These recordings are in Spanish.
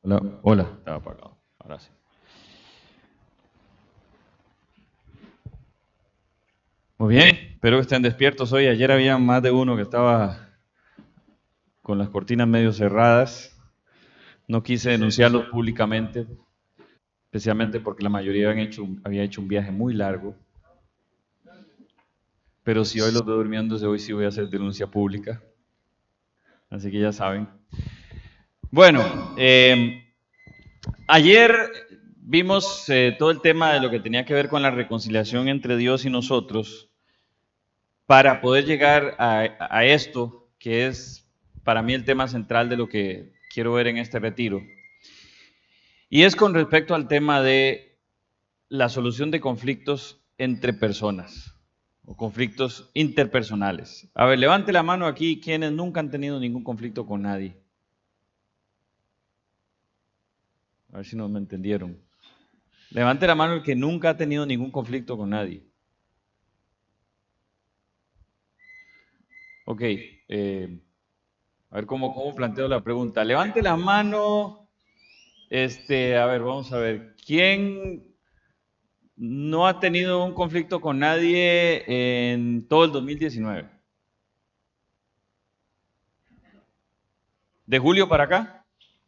Hola, hola, estaba apagado. Ahora sí. Muy bien, espero que estén despiertos hoy. Ayer había más de uno que estaba con las cortinas medio cerradas. No quise denunciarlos públicamente, especialmente porque la mayoría había hecho un viaje muy largo. Pero si hoy los veo durmiendo, hoy sí voy a hacer denuncia pública. Así que ya saben. Bueno, ayer vimos todo el tema de lo que tenía que ver con la reconciliación entre Dios y nosotros, para poder llegar a esto, que es para mí el tema central de lo que quiero ver en este retiro. Y es con respecto al tema de la solución de conflictos entre personas o conflictos interpersonales. A ver, levante la mano aquí quienes nunca han tenido ningún conflicto con nadie. A ver si no me entendieron. Levante la mano el que nunca ha tenido ningún conflicto con nadie. Ok, a ver cómo planteo la pregunta. Levante la mano. A ver, vamos a ver. ¿Quién no ha tenido un conflicto con nadie en todo el 2019? ¿De julio para acá?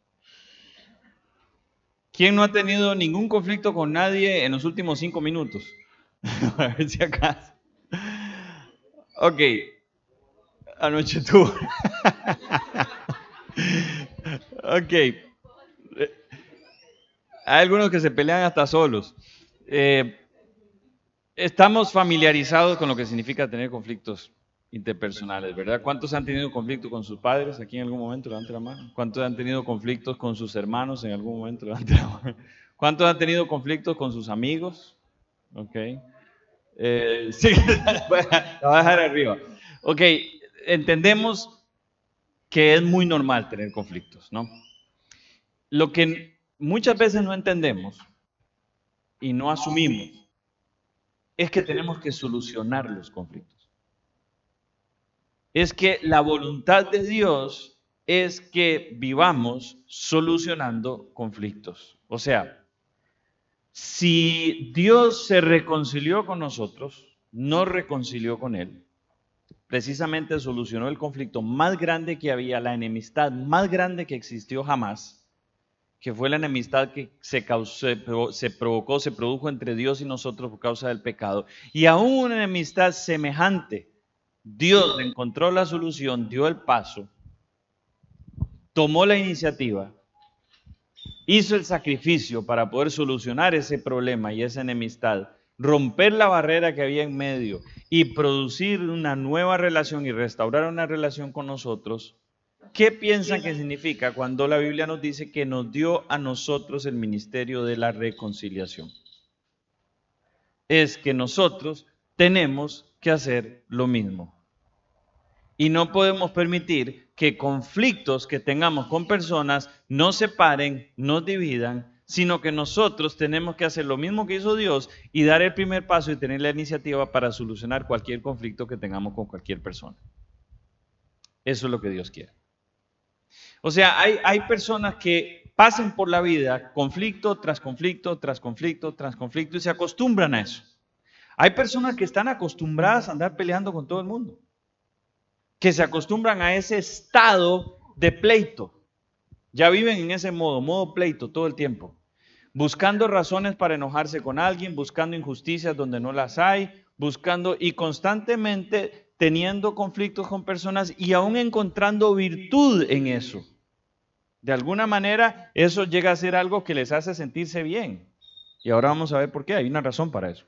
¿Quién no ha tenido ningún conflicto con nadie en los últimos 5 minutos? A ver si acaso. Ok, anoche tuvo. Ok, hay algunos que se pelean hasta solos. Eh, Estamos familiarizados con lo que significa tener conflictos interpersonales, ¿verdad? ¿Cuántos han tenido conflicto con sus padres aquí en algún momento? Levante la mano. ¿Cuántos han tenido conflictos con sus hermanos en algún momento? Levante la mano. ¿Cuántos han tenido conflictos con sus amigos? Ok. Sí, la voy a dejar arriba. Ok, entendemos que es muy normal tener conflictos, ¿no? Lo que muchas veces no entendemos y no asumimos es que tenemos que solucionar los conflictos. Es que la voluntad de Dios es que vivamos solucionando conflictos. O sea, si Dios se reconcilió con nosotros, nos reconcilió con Él, precisamente solucionó el conflicto más grande que había, la enemistad más grande que existió jamás, que fue la enemistad que se produjo entre Dios y nosotros por causa del pecado. Y aún una enemistad semejante, Dios encontró la solución, dio el paso, tomó la iniciativa, hizo el sacrificio para poder solucionar ese problema y esa enemistad, romper la barrera que había en medio y producir una nueva relación y restaurar una relación con nosotros. ¿Qué piensan que significa cuando la Biblia nos dice que nos dio a nosotros el ministerio de la reconciliación? Es que nosotros tenemos que hacer lo mismo. Y no podemos permitir que conflictos que tengamos con personas nos separen, nos dividan, sino que nosotros tenemos que hacer lo mismo que hizo Dios y dar el primer paso y tener la iniciativa para solucionar cualquier conflicto que tengamos con cualquier persona. Eso es lo que Dios quiere. O sea, hay personas que pasan por la vida conflicto tras conflicto, tras conflicto, tras conflicto y se acostumbran a eso. Hay personas que están acostumbradas a andar peleando con todo el mundo, que se acostumbran a ese estado de pleito. Ya viven en ese modo pleito todo el tiempo, buscando razones para enojarse con alguien, buscando injusticias donde no las hay, buscando y constantemente teniendo conflictos con personas y aún encontrando virtud en eso. De alguna manera, eso llega a ser algo que les hace sentirse bien. Y ahora vamos a ver por qué. Hay una razón para eso.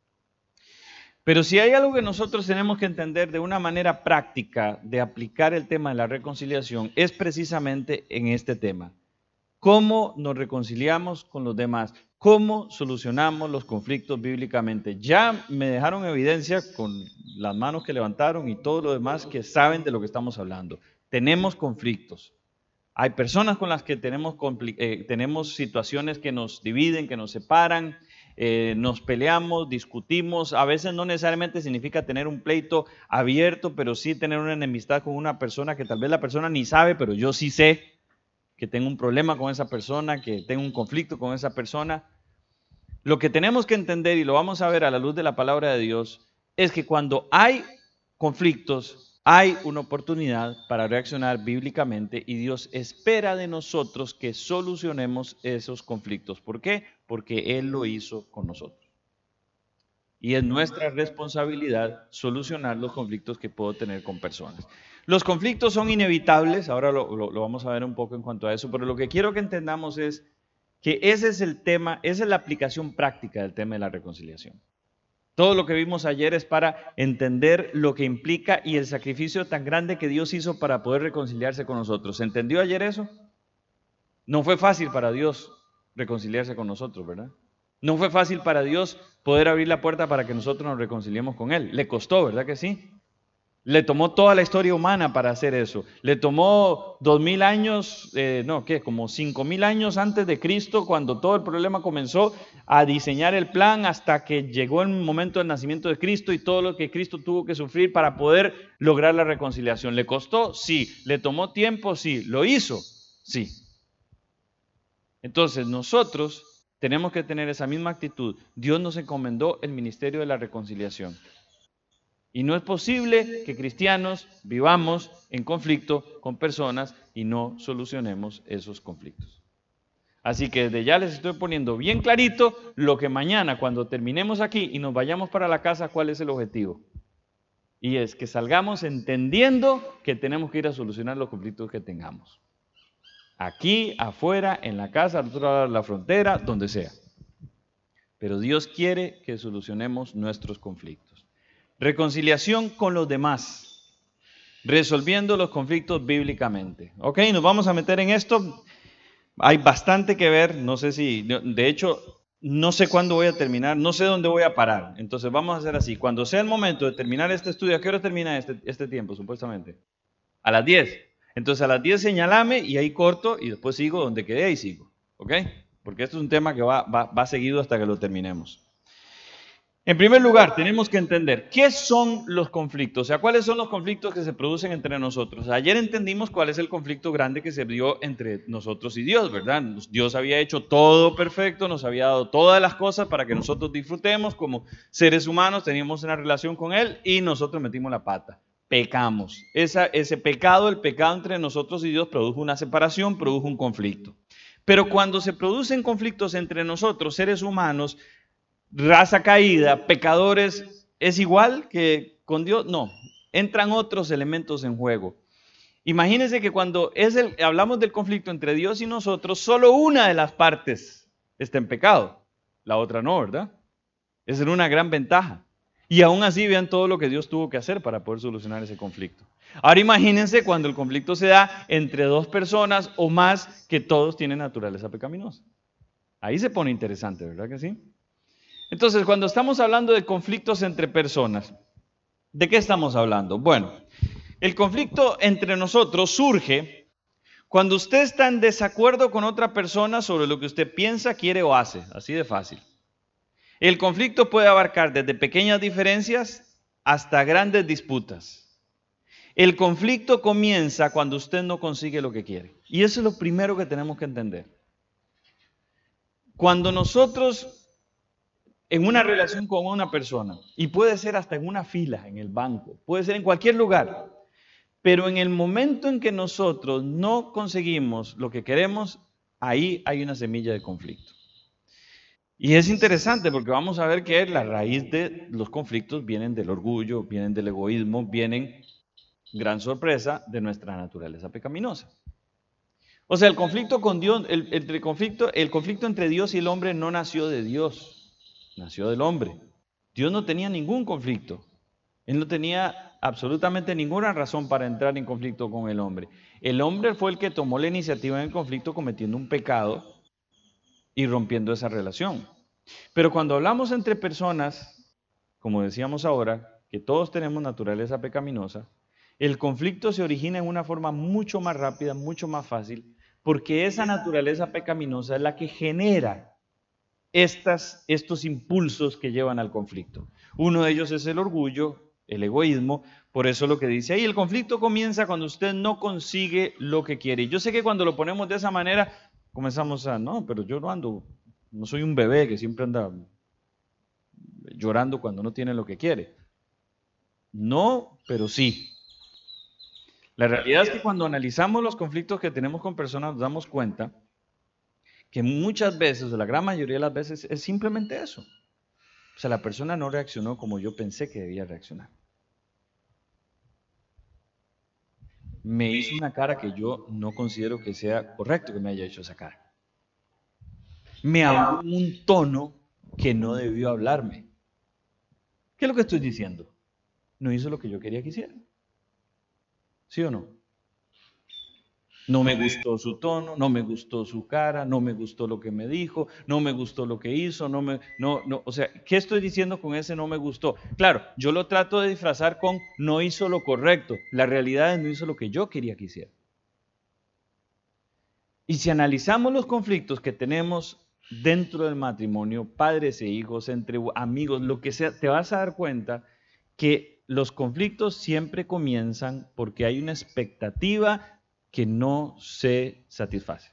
Pero si hay algo que nosotros tenemos que entender de una manera práctica de aplicar el tema de la reconciliación, es precisamente en este tema. ¿Cómo nos reconciliamos con los demás? ¿Cómo solucionamos los conflictos bíblicamente? Ya me dejaron evidencia con las manos que levantaron y todo lo demás que saben de lo que estamos hablando. Tenemos conflictos. Hay personas con las que tenemos situaciones que nos dividen, que nos separan, nos peleamos, discutimos. A veces no necesariamente significa tener un pleito abierto, pero sí tener una enemistad con una persona que tal vez la persona ni sabe, pero yo sí sé. que tengo un problema con esa persona, que tengo un conflicto con esa persona. Lo que tenemos que entender, y lo vamos a ver a la luz de la palabra de Dios, es que cuando hay conflictos, hay una oportunidad para reaccionar bíblicamente y Dios espera de nosotros que solucionemos esos conflictos. ¿Por qué? Porque Él lo hizo con nosotros. Y es nuestra responsabilidad solucionar los conflictos que puedo tener con personas. Los conflictos son inevitables, ahora lo vamos a ver un poco en cuanto a eso, pero lo que quiero que entendamos es que ese es el tema, esa es la aplicación práctica del tema de la reconciliación. Todo lo que vimos ayer es para entender lo que implica y el sacrificio tan grande que Dios hizo para poder reconciliarse con nosotros. ¿Se entendió ayer eso? No fue fácil para Dios reconciliarse con nosotros, ¿verdad? No fue fácil para Dios poder abrir la puerta para que nosotros nos reconciliemos con Él. Le costó, ¿verdad que sí? Le tomó toda la historia humana para hacer eso. Le tomó 2000 años, como 5000 años antes de Cristo, cuando todo el problema comenzó, a diseñar el plan hasta que llegó el momento del nacimiento de Cristo y todo lo que Cristo tuvo que sufrir para poder lograr la reconciliación. ¿Le costó? Sí. ¿Le tomó tiempo? Sí. ¿Lo hizo? Sí. Entonces nosotros tenemos que tener esa misma actitud. Dios nos encomendó el ministerio de la reconciliación. Y no es posible que cristianos vivamos en conflicto con personas y no solucionemos esos conflictos. Así que desde ya les estoy poniendo bien clarito lo que mañana cuando terminemos aquí y nos vayamos para la casa, ¿cuál es el objetivo? Y es que salgamos entendiendo que tenemos que ir a solucionar los conflictos que tengamos. Aquí, afuera, en la casa, al otro lado de la frontera, donde sea. Pero Dios quiere que solucionemos nuestros conflictos. Reconciliación con los demás, resolviendo los conflictos bíblicamente. Ok, nos vamos a meter en esto. Hay bastante que ver, no sé si, de hecho, no sé cuándo voy a terminar, no sé dónde voy a parar. Entonces vamos a hacer así, cuando sea el momento de terminar este estudio, ¿a qué hora termina este tiempo supuestamente? A las 10. Entonces a las 10 señalame y ahí corto y después sigo donde quedé y sigo. ¿Ok? Porque esto es un tema que va seguido hasta que lo terminemos. En primer lugar, tenemos que entender qué son los conflictos, o sea, cuáles son los conflictos que se producen entre nosotros. Ayer entendimos cuál es el conflicto grande que se dio entre nosotros y Dios, ¿verdad? Dios había hecho todo perfecto, nos había dado todas las cosas para que nosotros disfrutemos como seres humanos, teníamos una relación con Él y nosotros metimos la pata, pecamos. Ese pecado, el pecado entre nosotros y Dios produjo una separación, produjo un conflicto. Pero cuando se producen conflictos entre nosotros, seres humanos, raza caída, pecadores, ¿es igual que con Dios? No, entran otros elementos en juego. Imagínense que cuando hablamos del conflicto entre Dios y nosotros, solo una de las partes está en pecado, la otra no, ¿verdad? Esa era una gran ventaja. Y aún así vean todo lo que Dios tuvo que hacer para poder solucionar ese conflicto. Ahora imagínense cuando el conflicto se da entre dos personas o más que todos tienen naturaleza pecaminosa. Ahí se pone interesante, ¿verdad que sí? Entonces, cuando estamos hablando de conflictos entre personas, ¿de qué estamos hablando? Bueno, el conflicto entre nosotros surge cuando usted está en desacuerdo con otra persona sobre lo que usted piensa, quiere o hace, así de fácil. El conflicto puede abarcar desde pequeñas diferencias hasta grandes disputas. El conflicto comienza cuando usted no consigue lo que quiere. Y eso es lo primero que tenemos que entender. Cuando nosotros en una relación con una persona, y puede ser hasta en una fila, en el banco, puede ser en cualquier lugar, pero en el momento en que nosotros no conseguimos lo que queremos, ahí hay una semilla de conflicto. Y es interesante porque vamos a ver que la raíz de los conflictos vienen del orgullo, vienen del egoísmo, vienen, gran sorpresa, de nuestra naturaleza pecaminosa. O sea, el conflicto con Dios, el conflicto entre Dios y el hombre no nació de Dios. Nació del hombre. Dios no tenía ningún conflicto. Él no tenía absolutamente ninguna razón para entrar en conflicto con el hombre. El hombre fue el que tomó la iniciativa en el conflicto cometiendo un pecado y rompiendo esa relación. Pero cuando hablamos entre personas, como decíamos ahora, que todos tenemos naturaleza pecaminosa, el conflicto se origina en una forma mucho más rápida, mucho más fácil, porque esa naturaleza pecaminosa es la que genera estos impulsos que llevan al conflicto. Uno de ellos es el orgullo, el egoísmo. Por eso lo que dice ahí, el conflicto comienza cuando usted no consigue lo que quiere. Y yo sé que cuando lo ponemos de esa manera, comenzamos a, no, pero yo no ando, no soy un bebé que siempre anda llorando cuando no tiene lo que quiere. No, pero sí. La realidad es que cuando analizamos los conflictos que tenemos con personas nos damos cuenta que muchas veces, o la gran mayoría de las veces, es simplemente eso. O sea, la persona no reaccionó como yo pensé que debía reaccionar. Me hizo una cara que yo no considero que sea correcto que me haya hecho esa cara. Me habló en un tono que no debió hablarme. ¿Qué es lo que estoy diciendo? No hizo lo que yo quería que hiciera. ¿Sí o no? No me gustó su tono, no me gustó su cara, no me gustó lo que me dijo, no me gustó lo que hizo, o sea, ¿qué estoy diciendo con ese no me gustó? Claro, yo lo trato de disfrazar con no hizo lo correcto. La realidad es no hizo lo que yo quería que hiciera. Y si analizamos los conflictos que tenemos dentro del matrimonio, padres e hijos, entre amigos, lo que sea, te vas a dar cuenta que los conflictos siempre comienzan porque hay una expectativa que no se satisface.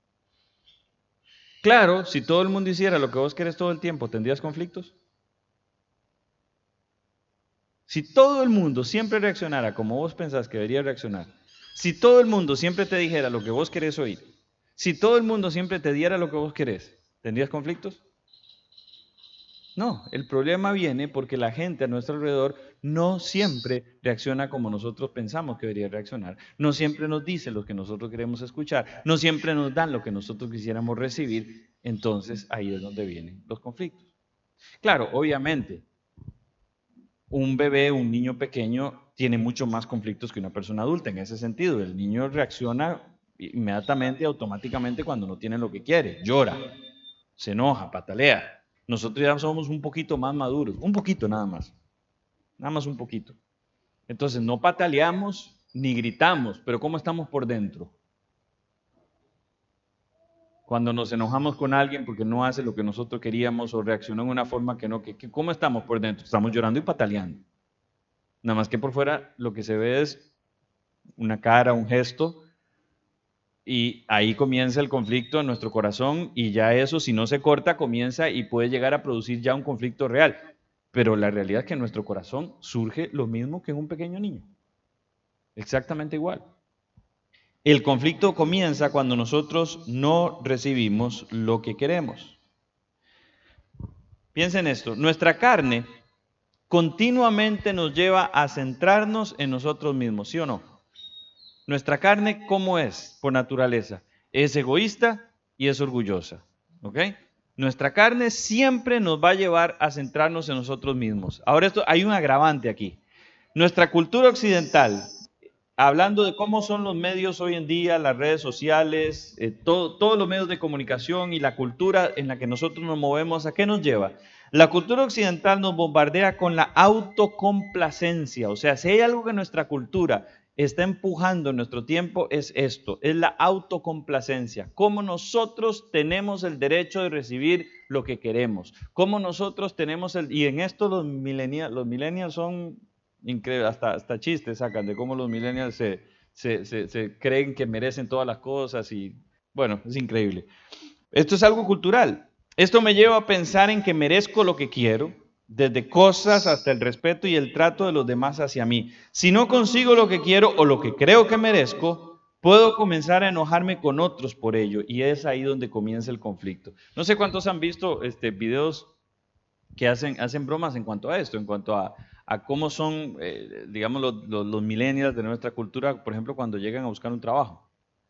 Claro, si todo el mundo hiciera lo que vos querés todo el tiempo, ¿tendrías conflictos? Si todo el mundo siempre reaccionara como vos pensás que debería reaccionar, si todo el mundo siempre te dijera lo que vos querés oír, si todo el mundo siempre te diera lo que vos querés, ¿tendrías conflictos? No, el problema viene porque la gente a nuestro alrededor no siempre reacciona como nosotros pensamos que debería reaccionar, no siempre nos dice lo que nosotros queremos escuchar, no siempre nos dan lo que nosotros quisiéramos recibir, entonces ahí es donde vienen los conflictos. Claro, obviamente, un bebé, un niño pequeño, tiene mucho más conflictos que una persona adulta en ese sentido. El niño reacciona inmediatamente, automáticamente cuando no tiene lo que quiere, llora, se enoja, patalea. Nosotros ya somos un poquito más maduros, un poquito nada más un poquito. Entonces no pataleamos ni gritamos, pero ¿cómo estamos por dentro? Cuando nos enojamos con alguien porque no hace lo que nosotros queríamos o reaccionó en una forma que no, ¿cómo estamos por dentro? Estamos llorando y pataleando. Nada más que por fuera lo que se ve es una cara, un gesto, y ahí comienza el conflicto en nuestro corazón y ya eso, si no se corta, comienza y puede llegar a producir ya un conflicto real. Pero la realidad es que en nuestro corazón surge lo mismo que en un pequeño niño. Exactamente igual. El conflicto comienza cuando nosotros no recibimos lo que queremos. Piensen esto, nuestra carne continuamente nos lleva a centrarnos en nosotros mismos, ¿sí o no? Nuestra carne, ¿cómo es por naturaleza? Es egoísta y es orgullosa, ¿ok? Nuestra carne siempre nos va a llevar a centrarnos en nosotros mismos. Ahora hay un agravante aquí. Nuestra cultura occidental, hablando de cómo son los medios hoy en día, las redes sociales, todos los medios de comunicación y la cultura en la que nosotros nos movemos, ¿a qué nos lleva? La cultura occidental nos bombardea con la autocomplacencia, o sea, si hay algo que nuestra cultura está empujando en nuestro tiempo es esto, es la autocomplacencia, cómo nosotros tenemos el derecho de recibir lo que queremos, cómo nosotros tenemos y en esto los millennials son increíbles, hasta chistes sacan de cómo los millennials se creen que merecen todas las cosas y bueno, es increíble. Esto es algo cultural. Esto me lleva a pensar en que merezco lo que quiero, desde cosas hasta el respeto y el trato de los demás hacia mí. Si no consigo lo que quiero o lo que creo que merezco, puedo comenzar a enojarme con otros por ello y es ahí donde comienza el conflicto. No sé cuántos han visto videos que hacen bromas en cuanto a esto, en cuanto a cómo son, digamos, los millennials de nuestra cultura, por ejemplo, cuando llegan a buscar un trabajo.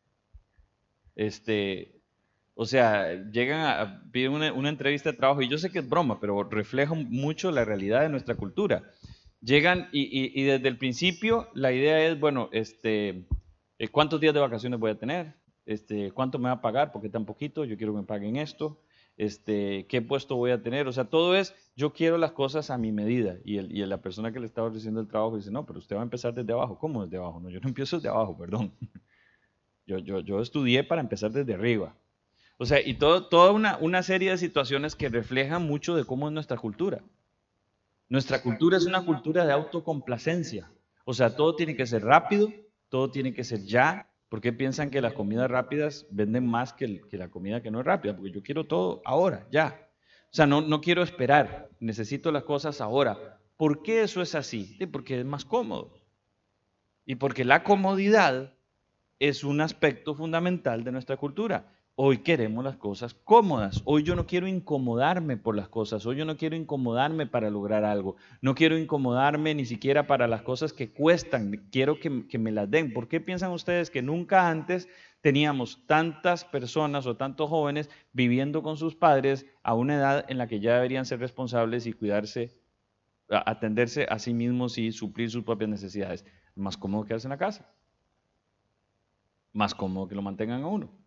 O sea, llegan a pedir una entrevista de trabajo y yo sé que es broma, pero refleja mucho la realidad de nuestra cultura. Llegan y desde el principio la idea es, bueno, ¿cuántos días de vacaciones voy a tener? ¿Cuánto me va a pagar? ¿Por qué tan poquito? Yo quiero que me paguen esto. ¿Qué puesto voy a tener? O sea, todo es, yo quiero las cosas a mi medida. Y la persona que le está ofreciendo el trabajo dice, no, pero usted va a empezar desde abajo. ¿Cómo desde abajo? No, yo no empiezo desde abajo, perdón. Yo estudié para empezar desde arriba. O sea, y toda una serie de situaciones que reflejan mucho de cómo es nuestra cultura. Nuestra cultura es una cultura de autocomplacencia. O sea, todo tiene que ser rápido, todo tiene que ser ya. ¿Por qué piensan que las comidas rápidas venden más que la comida que no es rápida? Porque yo quiero todo ahora, ya. O sea, no quiero esperar, necesito las cosas ahora. ¿Por qué eso es así? Sí, porque es más cómodo. Y porque la comodidad es un aspecto fundamental de nuestra cultura. Hoy queremos las cosas cómodas. Hoy yo no quiero incomodarme por las cosas. Hoy yo no quiero incomodarme para lograr algo. No quiero incomodarme ni siquiera para las cosas que cuestan. Quiero que me las den. ¿Por qué piensan ustedes que nunca antes teníamos tantas personas o tantos jóvenes viviendo con sus padres a una edad en la que ya deberían ser responsables y cuidarse, atenderse a sí mismos y suplir sus propias necesidades? Más cómodo quedarse en la casa. Más cómodo que lo mantengan a uno.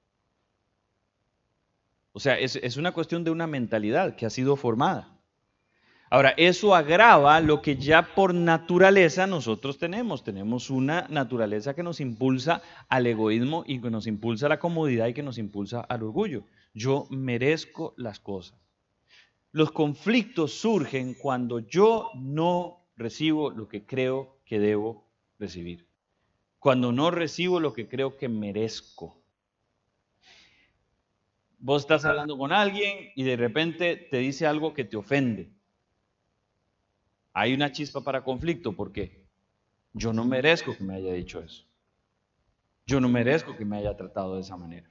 O sea, es una cuestión de una mentalidad que ha sido formada. Ahora, eso agrava lo que ya por naturaleza nosotros tenemos. Tenemos una naturaleza que nos impulsa al egoísmo y que nos impulsa a la comodidad y que nos impulsa al orgullo. Yo merezco las cosas. Los conflictos surgen cuando yo no recibo lo que creo que debo recibir. Cuando no recibo lo que creo que merezco. Vos estás hablando con alguien y de repente te dice algo que te ofende. Hay una chispa para conflicto. ¿Por qué? Yo no merezco que me haya dicho eso. Yo no merezco que me haya tratado de esa manera.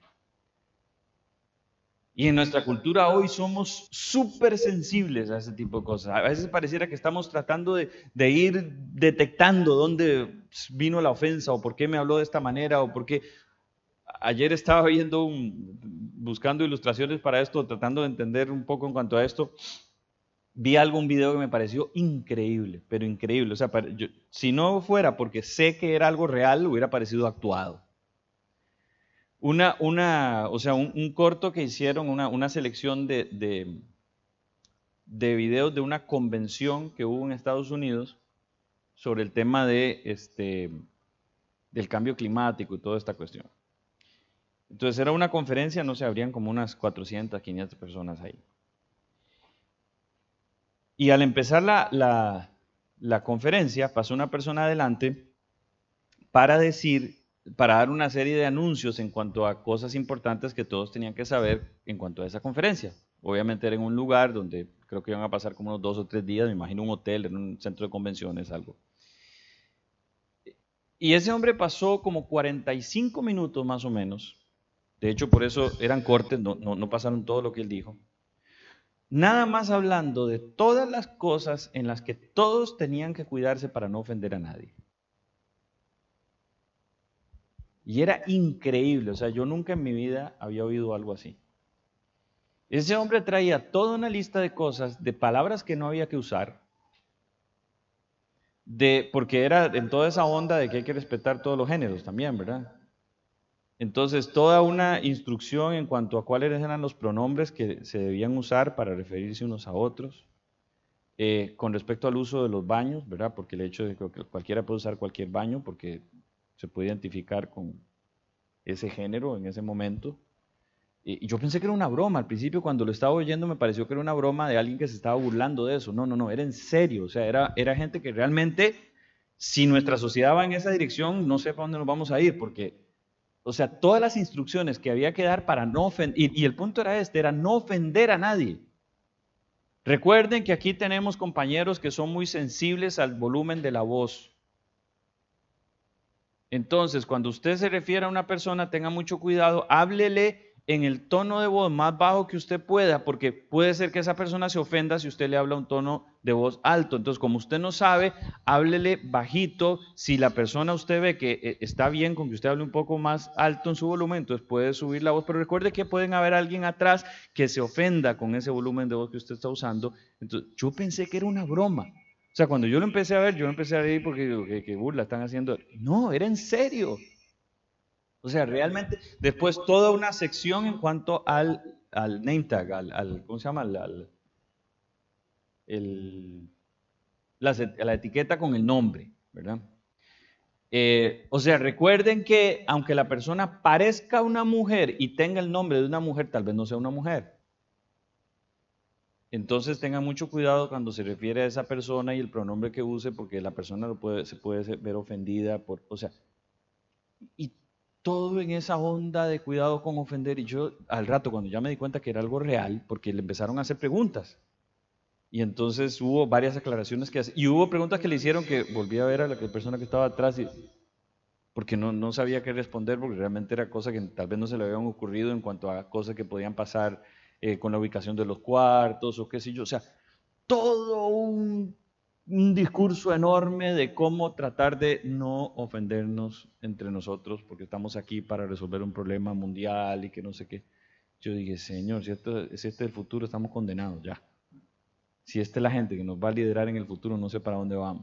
Y en nuestra cultura hoy somos súper sensibles a ese tipo de cosas. A veces pareciera que estamos tratando de ir detectando dónde vino la ofensa o por qué me habló de esta manera o por qué. Ayer estaba buscando ilustraciones para esto, tratando de entender un poco en cuanto a esto. Vi un video que me pareció increíble, pero increíble. O sea, si no fuera porque sé que era algo real, hubiera parecido actuado. O sea, un corto que hicieron, una selección de videos de una convención que hubo en Estados Unidos sobre el tema del cambio climático y toda esta cuestión. Entonces era una conferencia, no sé, habrían como unas 400, 500 personas ahí. Y al empezar la conferencia, pasó una persona adelante para dar una serie de anuncios en cuanto a cosas importantes que todos tenían que saber en cuanto a esa conferencia. Obviamente era en un lugar donde creo que iban a pasar como unos 2 o 3 días, me imagino un hotel, en un centro de convenciones, algo. Y ese hombre pasó como 45 minutos más o menos. De hecho, por eso eran cortes, no pasaron todo lo que él dijo. Nada más hablando de todas las cosas en las que todos tenían que cuidarse para no ofender a nadie. Y era increíble, o sea, yo nunca en mi vida había oído algo así. Ese hombre traía toda una lista de cosas, de palabras que no había que usar, porque era en toda esa onda de que hay que respetar todos los géneros también, ¿verdad? Entonces, toda una instrucción en cuanto a cuáles eran los pronombres que se debían usar para referirse unos a otros. Con respecto al uso de los baños, ¿verdad? Porque el hecho de que cualquiera puede usar cualquier baño porque se puede identificar con ese género en ese momento. Y yo pensé que era una broma. Al principio, cuando lo estaba oyendo, me pareció que era una broma de alguien que se estaba burlando de eso. No, era en serio. O sea, era gente que realmente, si nuestra sociedad va en esa dirección, no sé para dónde nos vamos a ir, porque, o sea, todas las instrucciones que había que dar para no ofender, y el punto era no ofender a nadie. Recuerden que aquí tenemos compañeros que son muy sensibles al volumen de la voz. Entonces, cuando usted se refiere a una persona, tenga mucho cuidado, háblele en el tono de voz más bajo que usted pueda, porque puede ser que esa persona se ofenda si usted le habla un tono de voz alto. Entonces, como usted no sabe, háblele bajito. Si la persona usted ve que está bien con que usted hable un poco más alto en su volumen, entonces puede subir la voz. Pero recuerde que pueden haber alguien atrás que se ofenda con ese volumen de voz que usted está usando. Entonces, yo pensé que era una broma. O sea, cuando yo lo empecé a ver, yo empecé a reír porque digo, ¿qué burla están haciendo? No, era en serio. O sea, realmente, después toda una sección en cuanto al name tag, ¿cómo se llama? La etiqueta con el nombre, ¿verdad? O sea, recuerden que aunque la persona parezca una mujer y tenga el nombre de una mujer, tal vez no sea una mujer. entonces tengan mucho cuidado cuando se refiere a esa persona y el pronombre que use, porque la persona se puede ver ofendida o sea, y todo en esa onda de cuidado con ofender. Y yo al rato, cuando ya me di cuenta que era algo real, porque le empezaron a hacer preguntas, y entonces hubo varias aclaraciones que hacer, y hubo preguntas que le hicieron que volví a ver a la persona que estaba atrás, porque no sabía qué responder, porque realmente era cosas que tal vez no se le habían ocurrido en cuanto a cosas que podían pasar con la ubicación de los cuartos o qué sé yo. O sea, todo un discurso enorme de cómo tratar de no ofendernos entre nosotros, porque estamos aquí para resolver un problema mundial y que no sé qué. Yo dije, Señor, si este es el futuro, estamos condenados ya. Si esta es la gente que nos va a liderar en el futuro, no sé para dónde vamos.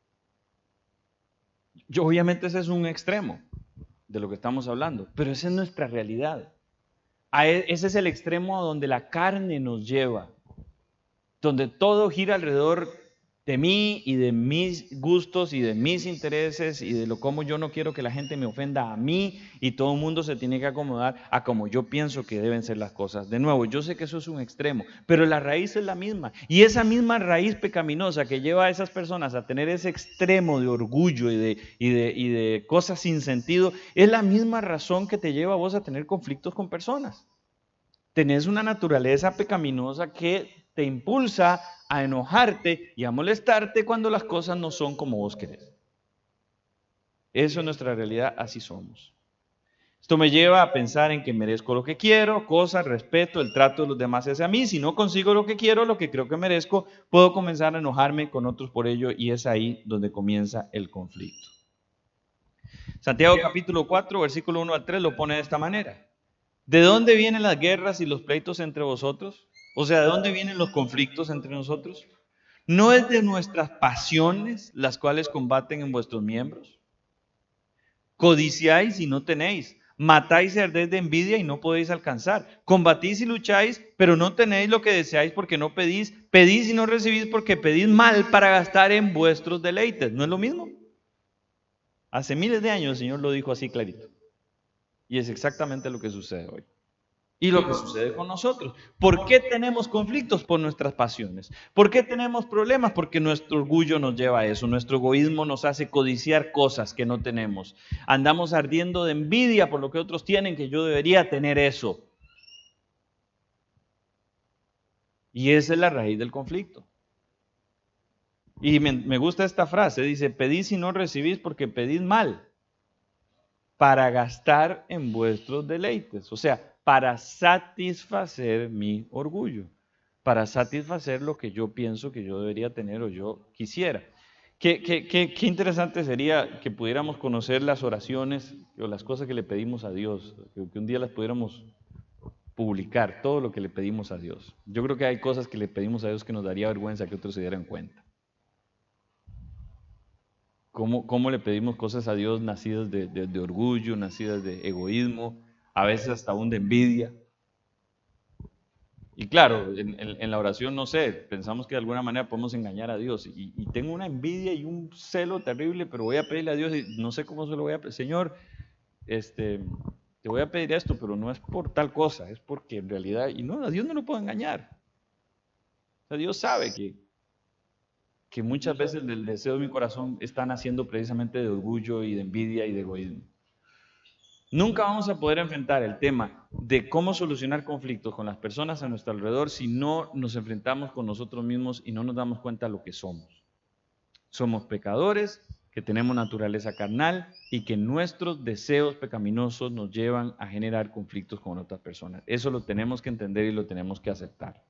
Obviamente ese es un extremo de lo que estamos hablando, pero esa es nuestra realidad. Ese es el extremo a donde la carne nos lleva, donde todo gira alrededor de mí y de mis gustos y de mis intereses y de cómo yo no quiero que la gente me ofenda a mí y todo el mundo se tiene que acomodar a como yo pienso que deben ser las cosas. De nuevo, yo sé que eso es un extremo, pero la raíz es la misma. Y esa misma raíz pecaminosa que lleva a esas personas a tener ese extremo de orgullo y de cosas sin sentido, es la misma razón que te lleva a vos a tener conflictos con personas. Tenés una naturaleza pecaminosa que te impulsa a enojarte y a molestarte cuando las cosas no son como vos querés. Eso es nuestra realidad, así somos. Esto me lleva a pensar en que merezco lo que quiero, cosas, respeto, el trato de los demás hacia mí. Si no consigo lo que quiero, lo que creo que merezco, puedo comenzar a enojarme con otros por ello y es ahí donde comienza el conflicto. Santiago capítulo 4, versículo 1 al 3 lo pone de esta manera. ¿De dónde vienen las guerras y los pleitos entre vosotros? O sea, ¿de dónde vienen los conflictos entre nosotros? ¿No es de nuestras pasiones las cuales combaten en vuestros miembros? Codiciáis y no tenéis, matáis y ardéis de envidia y no podéis alcanzar. Combatís y lucháis, pero no tenéis lo que deseáis porque no pedís. Pedís y no recibís porque pedís mal para gastar en vuestros deleites. ¿No es lo mismo? Hace miles de años el Señor lo dijo así clarito. Y es exactamente lo que sucede hoy. Y lo que sucede con nosotros. ¿Por qué tenemos conflictos? Por nuestras pasiones. ¿Por qué tenemos problemas? Porque nuestro orgullo nos lleva a eso. Nuestro egoísmo nos hace codiciar cosas que no tenemos. Andamos ardiendo de envidia por lo que otros tienen, que yo debería tener eso. Y esa es la raíz del conflicto. Y me gusta esta frase, dice, pedís y no recibís porque pedís mal, para gastar en vuestros deleites. O sea, para satisfacer mi orgullo, para satisfacer lo que yo pienso que yo debería tener o yo quisiera. Qué interesante sería que pudiéramos conocer las oraciones o las cosas que le pedimos a Dios, que un día las pudiéramos publicar, todo lo que le pedimos a Dios. Yo creo que hay cosas que le pedimos a Dios que nos daría vergüenza que otros se dieran cuenta. ¿Cómo le pedimos cosas a Dios nacidas de orgullo, nacidas de egoísmo, a veces hasta aún de envidia? Y claro, en la oración, no sé, pensamos que de alguna manera podemos engañar a Dios. Y tengo una envidia y un celo terrible, pero voy a pedirle a Dios y no sé cómo se lo voy a pedir. Señor, te voy a pedir esto, pero no es por tal cosa, es porque en realidad, y no, a Dios no lo puedo engañar. O sea, Dios sabe que muchas veces el deseo de mi corazón está naciendo precisamente de orgullo y de envidia y de egoísmo. Nunca vamos a poder enfrentar el tema de cómo solucionar conflictos con las personas a nuestro alrededor si no nos enfrentamos con nosotros mismos y no nos damos cuenta de lo que somos. Somos pecadores, que tenemos naturaleza carnal y que nuestros deseos pecaminosos nos llevan a generar conflictos con otras personas. Eso lo tenemos que entender y lo tenemos que aceptar.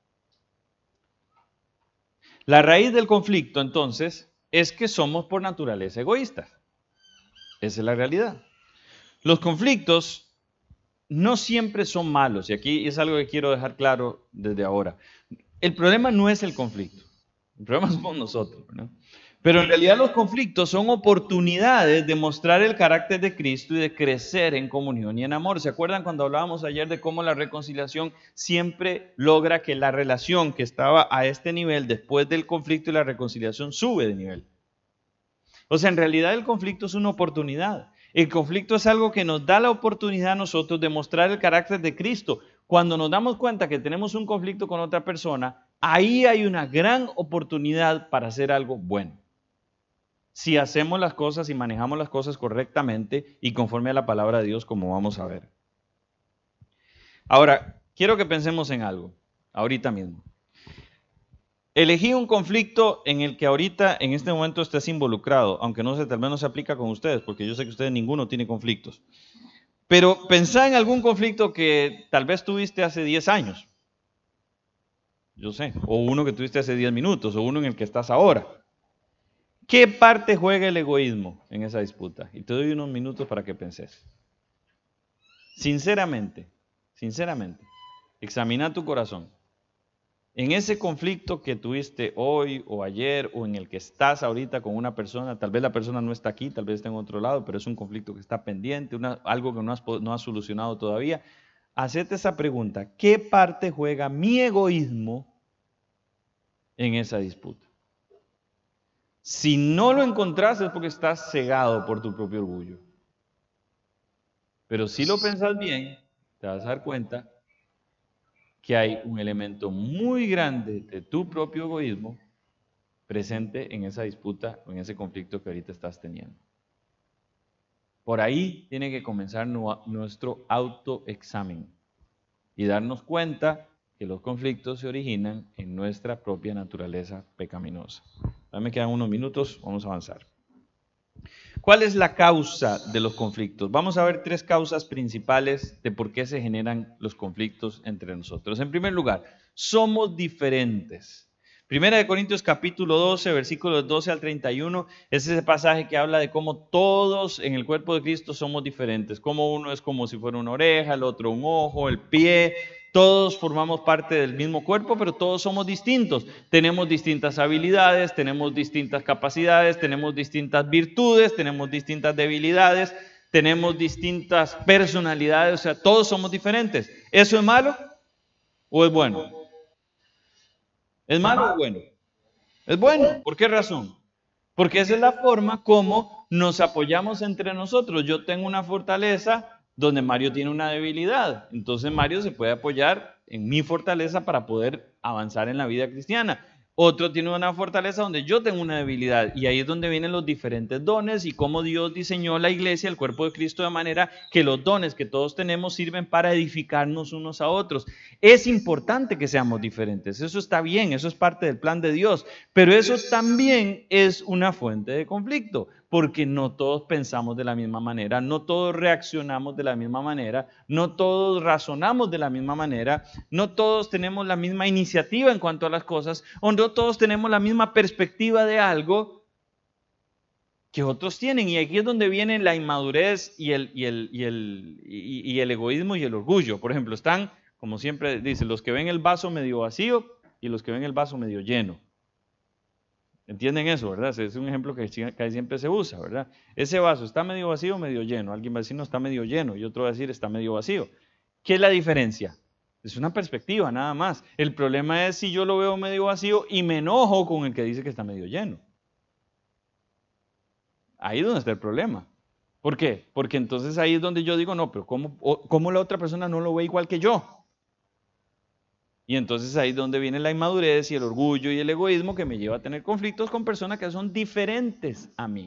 La raíz del conflicto, entonces, es que somos por naturaleza egoístas. Esa es la realidad. Los conflictos no siempre son malos, y aquí es algo que quiero dejar claro desde ahora. El problema no es el conflicto, el problema somos nosotros, ¿no? Pero en realidad los conflictos son oportunidades de mostrar el carácter de Cristo y de crecer en comunión y en amor. ¿Se acuerdan cuando hablábamos ayer de cómo la reconciliación siempre logra que la relación que estaba a este nivel después del conflicto y la reconciliación sube de nivel? O sea, en realidad el conflicto es una oportunidad. El conflicto es algo que nos da la oportunidad a nosotros de mostrar el carácter de Cristo. Cuando nos damos cuenta que tenemos un conflicto con otra persona, ahí hay una gran oportunidad para hacer algo bueno. Si hacemos las cosas y manejamos las cosas correctamente y conforme a la palabra de Dios, como vamos a ver. Ahora, quiero que pensemos en algo, ahorita mismo. Elegí un conflicto en el que ahorita, en este momento, estés involucrado, aunque no sé, tal vez no se aplica con ustedes, porque yo sé que ustedes ninguno tiene conflictos. Pero pensá en algún conflicto que tal vez tuviste hace 10 años. Yo sé, o uno que tuviste hace 10 minutos, o uno en el que estás ahora. ¿Qué parte juega el egoísmo en esa disputa? Y te doy unos minutos para que penses. Sinceramente, examina tu corazón. En ese conflicto que tuviste hoy o ayer o en el que estás ahorita con una persona, tal vez la persona no está aquí, tal vez está en otro lado, pero es un conflicto que está pendiente, algo que no has solucionado todavía. Hacete esa pregunta, ¿qué parte juega mi egoísmo en esa disputa? Si no lo encontrás es porque estás cegado por tu propio orgullo. Pero si lo pensás bien, te vas a dar cuenta que hay un elemento muy grande de tu propio egoísmo presente en esa disputa o en ese conflicto que ahorita estás teniendo. Por ahí tiene que comenzar nuestro autoexamen y darnos cuenta que los conflictos se originan en nuestra propia naturaleza pecaminosa. Ya me quedan unos minutos, vamos a avanzar. ¿Cuál es la causa de los conflictos? Vamos a ver 3 causas principales de por qué se generan los conflictos entre nosotros. En primer lugar, somos diferentes. Primera de Corintios capítulo 12, versículos 12 al 31, es ese pasaje que habla de cómo todos en el cuerpo de Cristo somos diferentes. Como uno es como si fuera una oreja, el otro un ojo, el pie. Todos formamos parte del mismo cuerpo, pero todos somos distintos. Tenemos distintas habilidades, tenemos distintas capacidades, tenemos distintas virtudes, tenemos distintas debilidades, tenemos distintas personalidades, o sea, todos somos diferentes. ¿Eso es malo o es bueno? ¿Es malo o bueno? Es bueno. ¿Por qué razón? Porque esa es la forma como nos apoyamos entre nosotros. Yo tengo una fortaleza donde Mario tiene una debilidad. Entonces Mario se puede apoyar en mi fortaleza para poder avanzar en la vida cristiana. Otro tiene una fortaleza donde yo tengo una debilidad. Y ahí es donde vienen los diferentes dones y cómo Dios diseñó la iglesia, el cuerpo de Cristo, de manera que los dones que todos tenemos sirven para edificarnos unos a otros. Es importante que seamos diferentes. Eso está bien, eso es parte del plan de Dios. Pero eso también es una fuente de conflicto, porque no todos pensamos de la misma manera, no todos reaccionamos de la misma manera, no todos razonamos de la misma manera, no todos tenemos la misma iniciativa en cuanto a las cosas, o no todos tenemos la misma perspectiva de algo que otros tienen. Y aquí es donde viene la inmadurez y el egoísmo y el orgullo. Por ejemplo, están, como siempre dice, los que ven el vaso medio vacío y los que ven el vaso medio lleno. ¿Entienden eso, verdad? Es un ejemplo que siempre se usa, ¿verdad? Ese vaso está medio vacío o medio lleno. Alguien va a decir, no, está medio lleno, y otro va a decir, está medio vacío. ¿Qué es la diferencia? Es una perspectiva, nada más. El problema es si yo lo veo medio vacío y me enojo con el que dice que está medio lleno. Ahí es donde está el problema. ¿Por qué? Porque entonces ahí es donde yo digo, no, pero ¿cómo la otra persona no lo ve igual que yo? Y entonces ahí es donde viene la inmadurez y el orgullo y el egoísmo que me lleva a tener conflictos con personas que son diferentes a mí.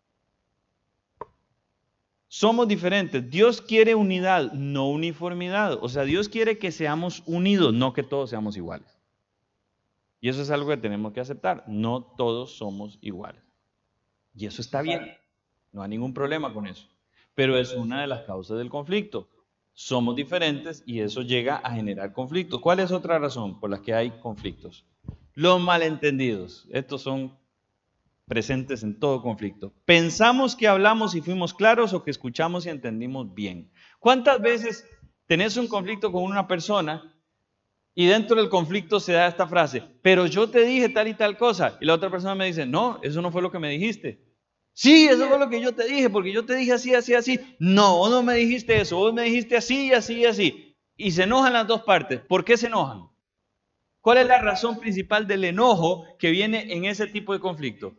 Somos diferentes. Dios quiere unidad, no uniformidad. O sea, Dios quiere que seamos unidos, no que todos seamos iguales. Y eso es algo que tenemos que aceptar. No todos somos iguales. Y eso está bien. No hay ningún problema con eso. Pero es una de las causas del conflicto. Somos diferentes y eso llega a generar conflictos. ¿Cuál es otra razón por la que hay conflictos? Los malentendidos. Estos son presentes en todo conflicto. Pensamos que hablamos y fuimos claros o que escuchamos y entendimos bien. ¿Cuántas veces tenés un conflicto con una persona y dentro del conflicto se da esta frase, pero yo te dije tal y tal cosa, y la otra persona me dice, no, eso no fue lo que me dijiste? Sí, eso fue lo que yo te dije, porque yo te dije así, así, así. No, vos no me dijiste eso, vos me dijiste así, así, así. Y se enojan las dos partes. ¿Por qué se enojan? ¿Cuál es la razón principal del enojo que viene en ese tipo de conflicto?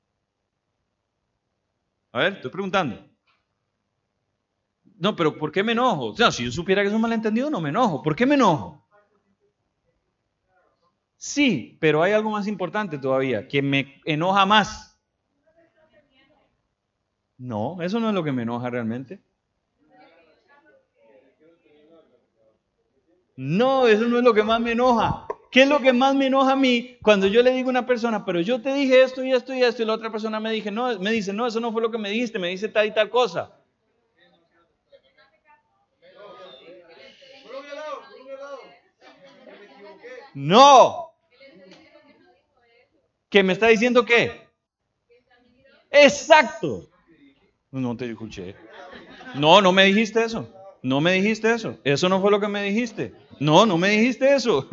A ver, estoy preguntando. No, pero ¿por qué me enojo? O sea, si yo supiera que es un malentendido, no me enojo. ¿Por qué me enojo? Sí, pero hay algo más importante todavía, que me enoja más. No, eso no es lo que me enoja realmente. No, eso no es lo que más me enoja. ¿Qué es lo que más me enoja a mí cuando yo le digo a una persona, pero yo te dije esto y esto y esto, y la otra persona me dice, no, eso no fue lo que me dijiste, me dice tal y tal cosa? No. ¿Que me está diciendo qué? Exacto. No te escuché. No, no me dijiste eso. No me dijiste eso. Eso no fue lo que me dijiste. No, no me dijiste eso.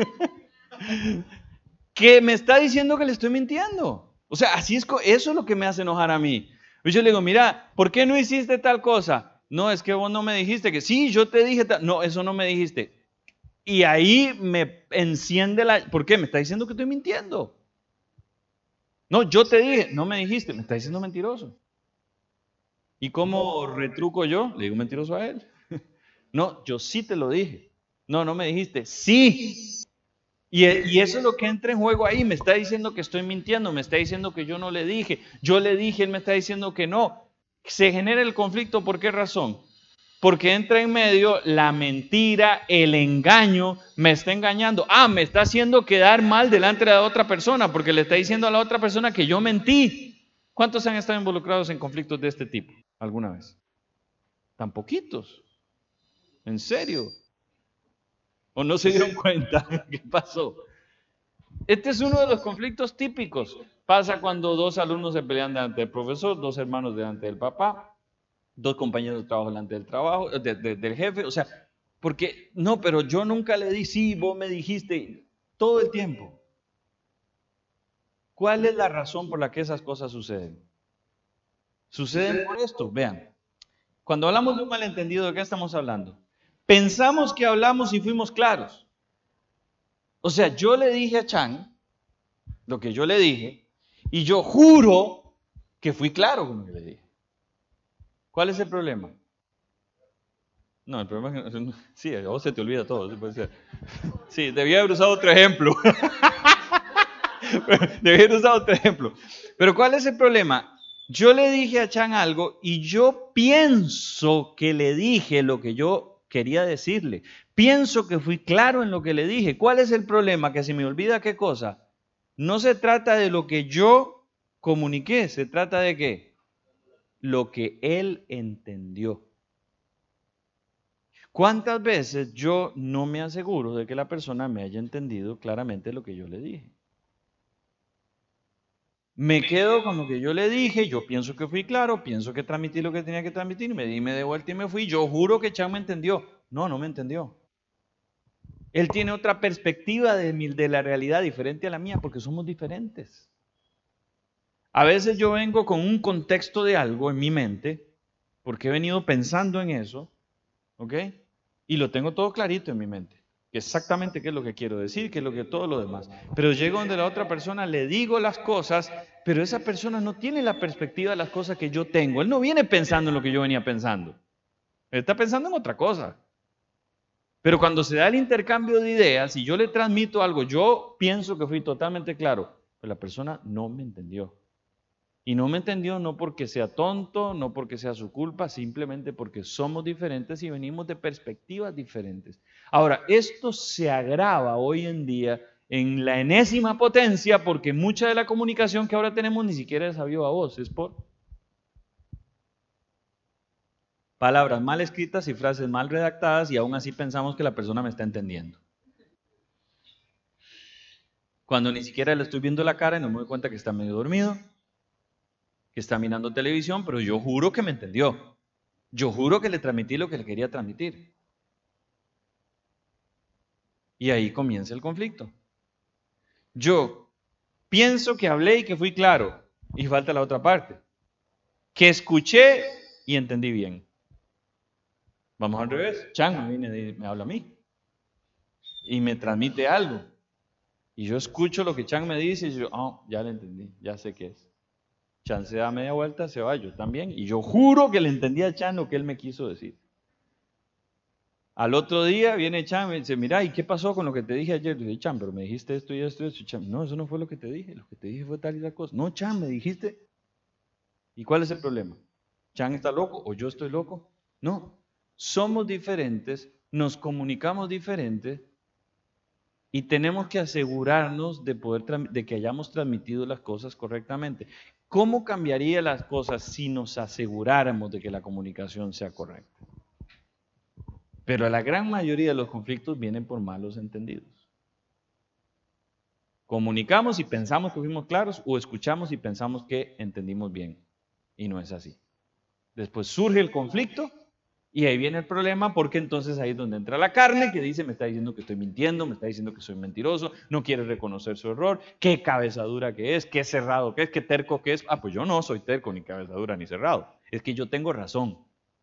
Que me está diciendo que le estoy mintiendo. O sea, así es, eso es lo que me hace enojar a mí. Yo le digo, mira, ¿por qué no hiciste tal cosa? No, es que vos no me dijiste que sí, yo te dije tal. No, eso no me dijiste. Y ahí me enciende la... ¿Por qué? Me está diciendo que estoy mintiendo. No, yo te dije, no me dijiste, me está diciendo mentiroso. ¿Y cómo retruco yo? Le digo mentiroso a él. No, yo sí te lo dije. No, no me dijiste. Sí. Y eso es lo que entra en juego ahí. Me está diciendo que estoy mintiendo, me está diciendo que yo no le dije. Yo le dije, él me está diciendo que no. Se genera el conflicto, ¿por qué razón? Porque entra en medio la mentira, el engaño, me está engañando. Me está haciendo quedar mal delante de la otra persona, porque le está diciendo a la otra persona que yo mentí. ¿Cuántos han estado involucrados en conflictos de este tipo alguna vez? Tan poquitos. ¿En serio? ¿O no se dieron cuenta? ¿Qué pasó? Este es uno de los conflictos típicos. Pasa cuando dos alumnos se pelean delante del profesor, dos hermanos delante del papá, dos compañeros de trabajo delante del trabajo, del jefe. O sea, porque, no, pero yo nunca le di, sí, vos me dijiste, todo el tiempo. ¿Cuál es la razón por la que esas cosas suceden? Suceden por esto, vean. Cuando hablamos de un malentendido, ¿de qué estamos hablando? Pensamos que hablamos y fuimos claros. O sea, yo le dije a Chan lo que yo le dije y yo juro que fui claro con lo que le dije. ¿Cuál es el problema? No, el problema es que sí, a vos se te olvida todo. Sí, puede ser. Sí, debía haber usado otro ejemplo. Debía haber usado otro ejemplo. Pero ¿cuál es el problema? Yo le dije a Chan algo y yo pienso que le dije lo que yo quería decirle. Pienso que fui claro en lo que le dije. ¿Cuál es el problema? Que se me olvida qué cosa. No se trata de lo que yo comuniqué, se trata de qué? Lo que él entendió. ¿Cuántas veces yo no me aseguro de que la persona me haya entendido claramente lo que yo le dije? Me quedo con lo que yo le dije, yo pienso que fui claro, pienso que transmití lo que tenía que transmitir, me di de vuelta y me fui. Yo juro que Chan me entendió. No, no me entendió. Él tiene otra perspectiva de la realidad diferente a la mía porque somos diferentes. A veces yo vengo con un contexto de algo en mi mente, porque he venido pensando en eso, ¿ok? Y lo tengo todo clarito en mi mente. Exactamente qué es lo que quiero decir, qué es lo que todo lo demás. Pero llego donde la otra persona, le digo las cosas, pero esa persona no tiene la perspectiva de las cosas que yo tengo. Él no viene pensando en lo que yo venía pensando. Él está pensando en otra cosa. Pero cuando se da el intercambio de ideas y yo le transmito algo, yo pienso que fui totalmente claro, pero la persona no me entendió. Y no me entendió no porque sea tonto, no porque sea su culpa, simplemente porque somos diferentes y venimos de perspectivas diferentes. Ahora, esto se agrava hoy en día en la enésima potencia porque mucha de la comunicación que ahora tenemos ni siquiera es a viva voz, es por palabras mal escritas y frases mal redactadas y aún así pensamos que la persona me está entendiendo. Cuando ni siquiera le estoy viendo la cara y no me doy cuenta que está medio dormido, que está mirando televisión, pero yo juro que me entendió. Yo juro que le transmití lo que le quería transmitir. Y ahí comienza el conflicto. Yo pienso que hablé y que fui claro. Y falta la otra parte. Que escuché y entendí bien. Vamos al revés. Chan me habla a mí. Y me transmite algo. Y yo escucho lo que Chan me dice y yo, ya le entendí, ya sé qué es. Chan se da media vuelta, se va, yo también. Y yo juro que le entendí a Chan lo que él me quiso decir. Al otro día viene Chan y dice, mira, ¿y qué pasó con lo que te dije ayer? Le dije, Chan, pero me dijiste esto y esto y esto. Chan, no, eso no fue lo que te dije. Lo que te dije fue tal y tal cosa. No, Chan, me dijiste. ¿Y cuál es el problema? ¿Chan está loco o yo estoy loco? No, somos diferentes, nos comunicamos diferente y tenemos que asegurarnos de que hayamos transmitido las cosas correctamente. ¿Cómo cambiaría las cosas si nos aseguráramos de que la comunicación sea correcta? Pero la gran mayoría de los conflictos vienen por malos entendidos. Comunicamos y pensamos que fuimos claros o escuchamos y pensamos que entendimos bien. Y no es así. Después surge el conflicto y ahí viene el problema porque entonces ahí es donde entra la carne que dice, me está diciendo que estoy mintiendo, me está diciendo que soy mentiroso, no quiere reconocer su error, qué cabezadura que es, qué cerrado que es, qué terco que es. Ah, pues yo no soy terco, ni cabezadura, ni cerrado. Es que yo tengo razón.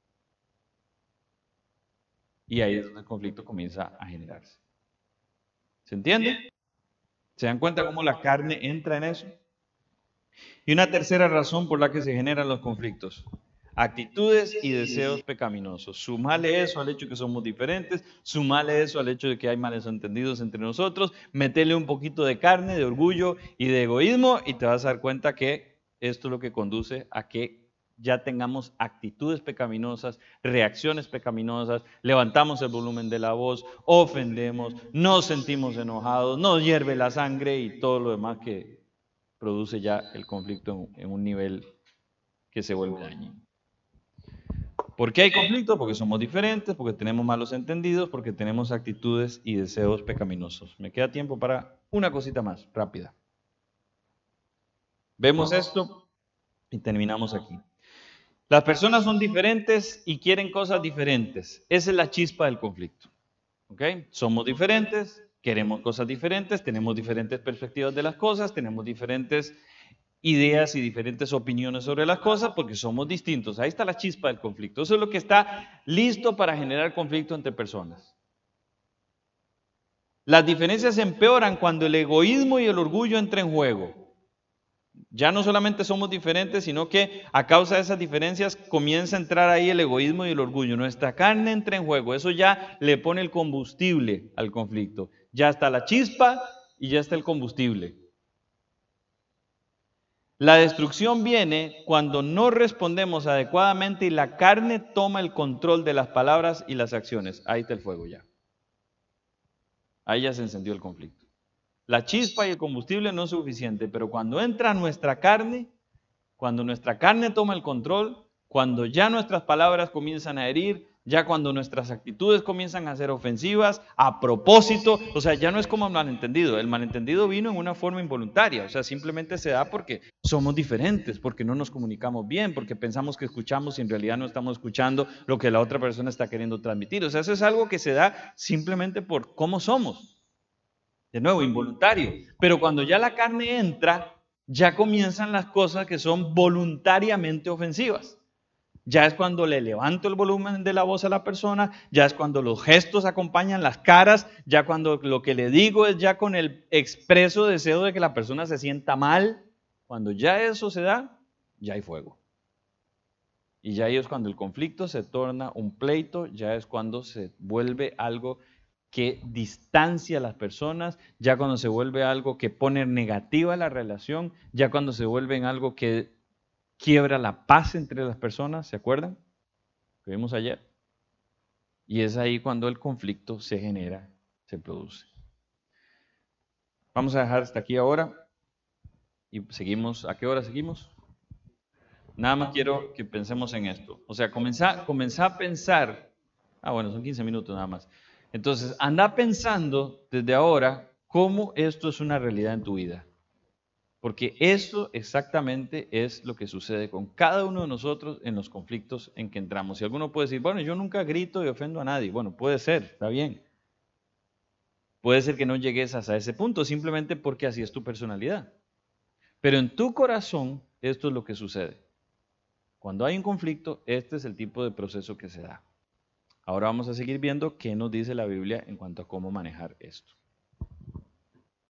Y ahí es donde el conflicto comienza a generarse. ¿Se entiende? ¿Se dan cuenta cómo la carne entra en eso? Y una tercera razón por la que se generan los conflictos. Actitudes y deseos pecaminosos. Sumale eso al hecho de que somos diferentes, sumale eso al hecho de que hay males entendidos entre nosotros, metele un poquito de carne, de orgullo y de egoísmo y te vas a dar cuenta que esto es lo que conduce a que ya tengamos actitudes pecaminosas, reacciones pecaminosas, levantamos el volumen de la voz, ofendemos, nos sentimos enojados, nos hierve la sangre y todo lo demás que produce ya el conflicto en un nivel que se vuelve dañino. ¿Por qué hay conflicto? Porque somos diferentes, porque tenemos malos entendidos, porque tenemos actitudes y deseos pecaminosos. Me queda tiempo para una cosita más, rápida. Vemos esto y terminamos aquí. Las personas son diferentes y quieren cosas diferentes. Esa es la chispa del conflicto. ¿Ok? Somos diferentes, queremos cosas diferentes, tenemos diferentes perspectivas de las cosas, tenemos diferentes ideas y diferentes opiniones sobre las cosas porque somos distintos. Ahí está la chispa del conflicto. Eso es lo que está listo para generar conflicto entre personas. Las diferencias empeoran cuando el egoísmo y el orgullo entran en juego. Ya no solamente somos diferentes, sino que a causa de esas diferencias comienza a entrar ahí el egoísmo y el orgullo. Nuestra carne entra en juego. Eso ya le pone el combustible al conflicto. Ya está la chispa y ya está el combustible. La destrucción viene cuando no respondemos adecuadamente y la carne toma el control de las palabras y las acciones. Ahí está el fuego ya. Ahí ya se encendió el conflicto. La chispa y el combustible no es suficiente, pero cuando entra nuestra carne, cuando nuestra carne toma el control, cuando ya nuestras palabras comienzan a herir, ya cuando nuestras actitudes comienzan a ser ofensivas, a propósito, o sea, ya no es como el malentendido. El malentendido vino en una forma involuntaria, o sea, simplemente se da porque somos diferentes, porque no nos comunicamos bien, porque pensamos que escuchamos y en realidad no estamos escuchando lo que la otra persona está queriendo transmitir. O sea, eso es algo que se da simplemente por cómo somos. De nuevo, involuntario. Pero cuando ya la carne entra, ya comienzan las cosas que son voluntariamente ofensivas. Ya es cuando le levanto el volumen de la voz a la persona, ya es cuando los gestos acompañan las caras, ya cuando lo que le digo es ya con el expreso deseo de que la persona se sienta mal. Cuando ya eso se da, ya hay fuego. Y ya ahí es cuando el conflicto se torna un pleito, ya es cuando se vuelve algo que distancia a las personas, ya cuando se vuelve algo que pone negativa la relación, ya cuando se vuelve en algo que quiebra la paz entre las personas, ¿se acuerdan? Lo vimos ayer. Y es ahí cuando el conflicto se genera, se produce. Vamos a dejar hasta aquí ahora y seguimos. ¿A qué hora seguimos? Nada más quiero que pensemos en esto. O sea, comenzá a pensar. Ah, bueno, son 15 minutos nada más. Entonces, anda pensando desde ahora cómo esto es una realidad en tu vida. Porque eso exactamente es lo que sucede con cada uno de nosotros en los conflictos en que entramos. Si alguno puede decir, bueno, yo nunca grito y ofendo a nadie. Bueno, puede ser, está bien. Puede ser que no llegues hasta ese punto simplemente porque así es tu personalidad. Pero en tu corazón esto es lo que sucede. Cuando hay un conflicto, este es el tipo de proceso que se da. Ahora vamos a seguir viendo qué nos dice la Biblia en cuanto a cómo manejar esto.